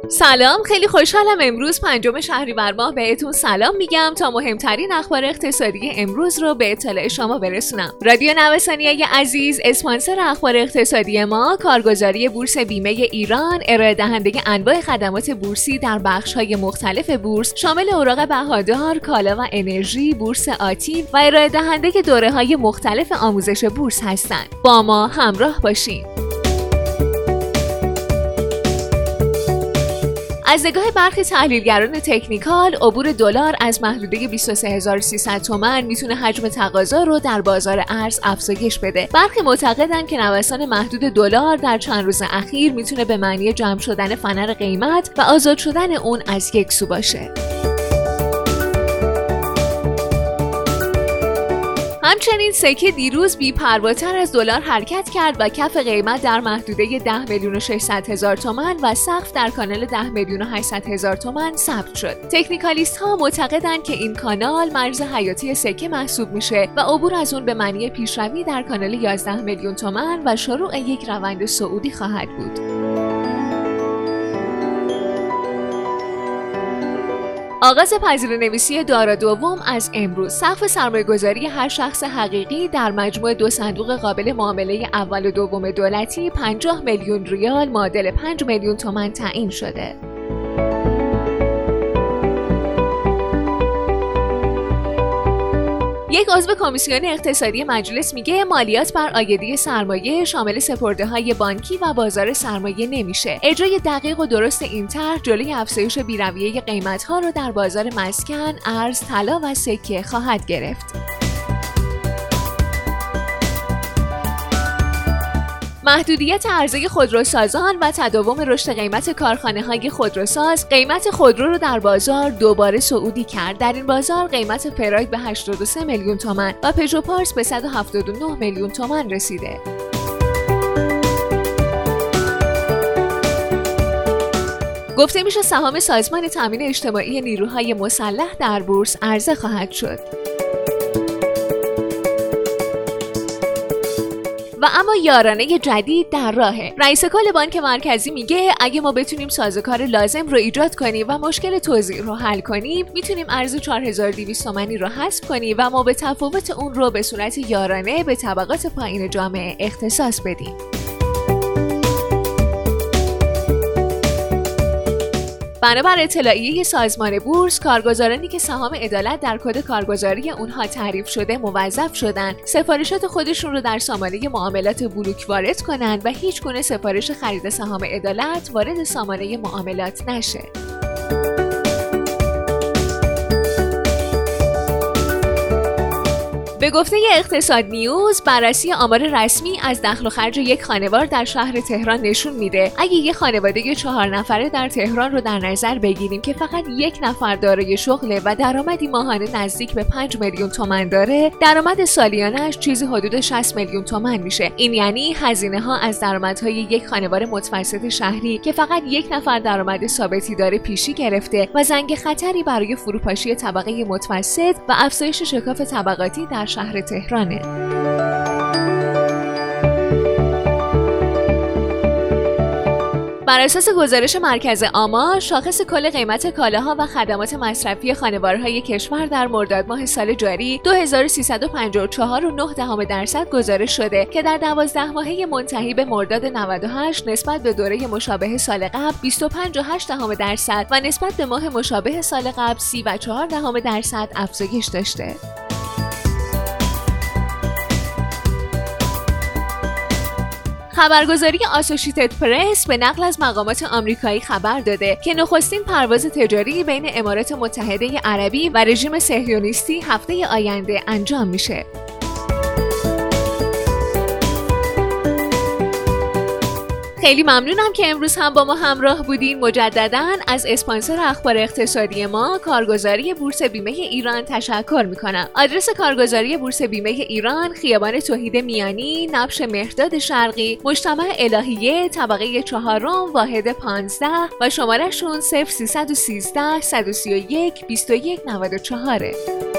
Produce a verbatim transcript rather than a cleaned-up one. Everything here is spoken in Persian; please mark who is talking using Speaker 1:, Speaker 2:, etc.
Speaker 1: سلام، خیلی خوشحالم امروز پنجم شهریور ماه بهتون سلام میگم تا مهمترین اخبار اقتصادی امروز رو به اطلاع شما برسونم. رادیو نوسانیه عزیز، اسپانسر اخبار اقتصادی ما، کارگزاری بورس بیمه ایران، ارائه دهنده انواع خدمات بورسی در بخش‌های مختلف بورس شامل اوراق بهادار، کالا و انرژی، بورس آتی و ارائه دهنده دوره‌های مختلف آموزش بورس هستند. با ما همراه باشید. از نگاه برخی تحلیلگران تکنیکال، عبور دلار از محدوده بیست و سه هزار و سیصد تومان میتونه حجم تقاضا رو در بازار ارز افزایش بده. برخی معتقدن که نوسان محدود دلار در چند روز اخیر میتونه به معنی جمع شدن فنر قیمت و آزاد شدن اون از یک سو باشه. همچنین سکه دیروز بی‌پرواتر از دلار حرکت کرد و کف قیمت در محدوده ده میلیون و ششصد هزار تومان و سقف در کانال ده میلیون و هشتصد هزار تومان ثبت شد. تکنیکالیست ها معتقدند که این کانال مرز حیاتی سکه محسوب میشه و عبور از اون به معنی پیشروی در کانال یازده میلیون تومان و شروع یک روند صعودی خواهد بود. آغاز پذیره‌نویسی دارا دوم از امروز. سقف سرمایه‌گذاری هر شخص حقیقی در مجموع دو صندوق قابل معامله اول و دوم دولتی پنجاه میلیون ریال معادل پنج میلیون تومان تعیین شده. یک عضو کمیسیون اقتصادی مجلس میگه مالیات بر عایدی سرمایه شامل سپرده‌های بانکی و بازار سرمایه نمیشه. اجرای دقیق و درست این طرح جلوی افزایش بی‌رویه قیمت‌ها رو در بازار مسکن، ارز، طلا و سکه خواهد گرفت. محدودیت عرضه خودروسازان و تداوم رشد قیمت کارخانه‌های خودروساز قیمت خودرو رو در بازار دوباره صعودی کرد. در این بازار قیمت پراید به هشتاد و سه میلیون تومان و پژو پارس به صد و هفتاد و نه میلیون تومان رسیده. گفته میشه سهام سازمان تامین اجتماعی نیروهای مسلح در بورس عرضه خواهد شد. و اما یارانه جدید در راهه. رئیس کل بانک مرکزی میگه اگه ما بتونیم سازوکار لازم رو ایجاد کنیم و مشکل توزیع رو حل کنیم، میتونیم ارز چهار هزار و دویست تومانی رو حذف کنیم و ما به تفاوت اون رو به صورت یارانه به طبقات پایین جامعه اختصاص بدیم. بنابر اطلاعیه سازمان بورس، کارگزارانی که سهام عدالت در کد کارگزاری اونها تعریف شده موظف شدن سفارشات خودشون رو در سامانه معاملات بلوک وارد کنند و هیچ گونه سفارش خرید سهام عدالت وارد سامانه معاملات نشه. به گفته اقتصاد نیوز، بررسی آمار رسمی از دخل و خرج یک خانوار در شهر تهران نشون میده اگه یک خانواده چهار نفره در تهران رو در نظر بگیریم که فقط یک نفر دارای شغله و درآمدی ماهانه نزدیک به پنج میلیون تومان داره، درآمد سالیانه‌اش چیزی حدود شصت میلیون تومان میشه. این یعنی هزینه ها از درآمدهای یک خانوار متوسط شهری که فقط یک نفر درآمد ثابتی داره پیشی گرفته و زنگ خطری برای فروپاشی طبقه متوسط و افزایش شکاف طبقاتی در شهر تهرانه. بر اساس گزارش مرکز آمار، شاخص کل قیمت کالاها و خدمات مصرفی خانوارهای کشور در مرداد ماه سال جاری دو هزار و سیصد و پنجاه و چهار و نه دهم درصد گزارش شده که در دوازده ماهه منتهی به مرداد نود و هشت نسبت به دوره مشابه سال قبل بیست و پنج و هشت دهم درصد و نسبت به ماه مشابه سال قبل سی و چهار دهم درصد افزایش داشته. خبرگزاری آسوشیتد پرس به نقل از مقامات آمریکایی خبر داده که نخستین پرواز تجاری بین امارات متحده عربی و رژیم صهیونیستی هفته آینده انجام میشه. خیلی ممنونم که امروز هم با ما همراه بودین. مجدداً از اسپانسر اخبار اقتصادی ما، کارگزاری بورس بیمه ایران تشکر میکنم. آدرس کارگزاری بورس بیمه ایران: خیابان توحید میانی، نبش مهرداد شرقی، مجتمع الهیه، طبقه چهارم، واحد پانزده و شمارهشون صفر سیصد و سیزده صد و سی و یک بیست و یک نود و چهار.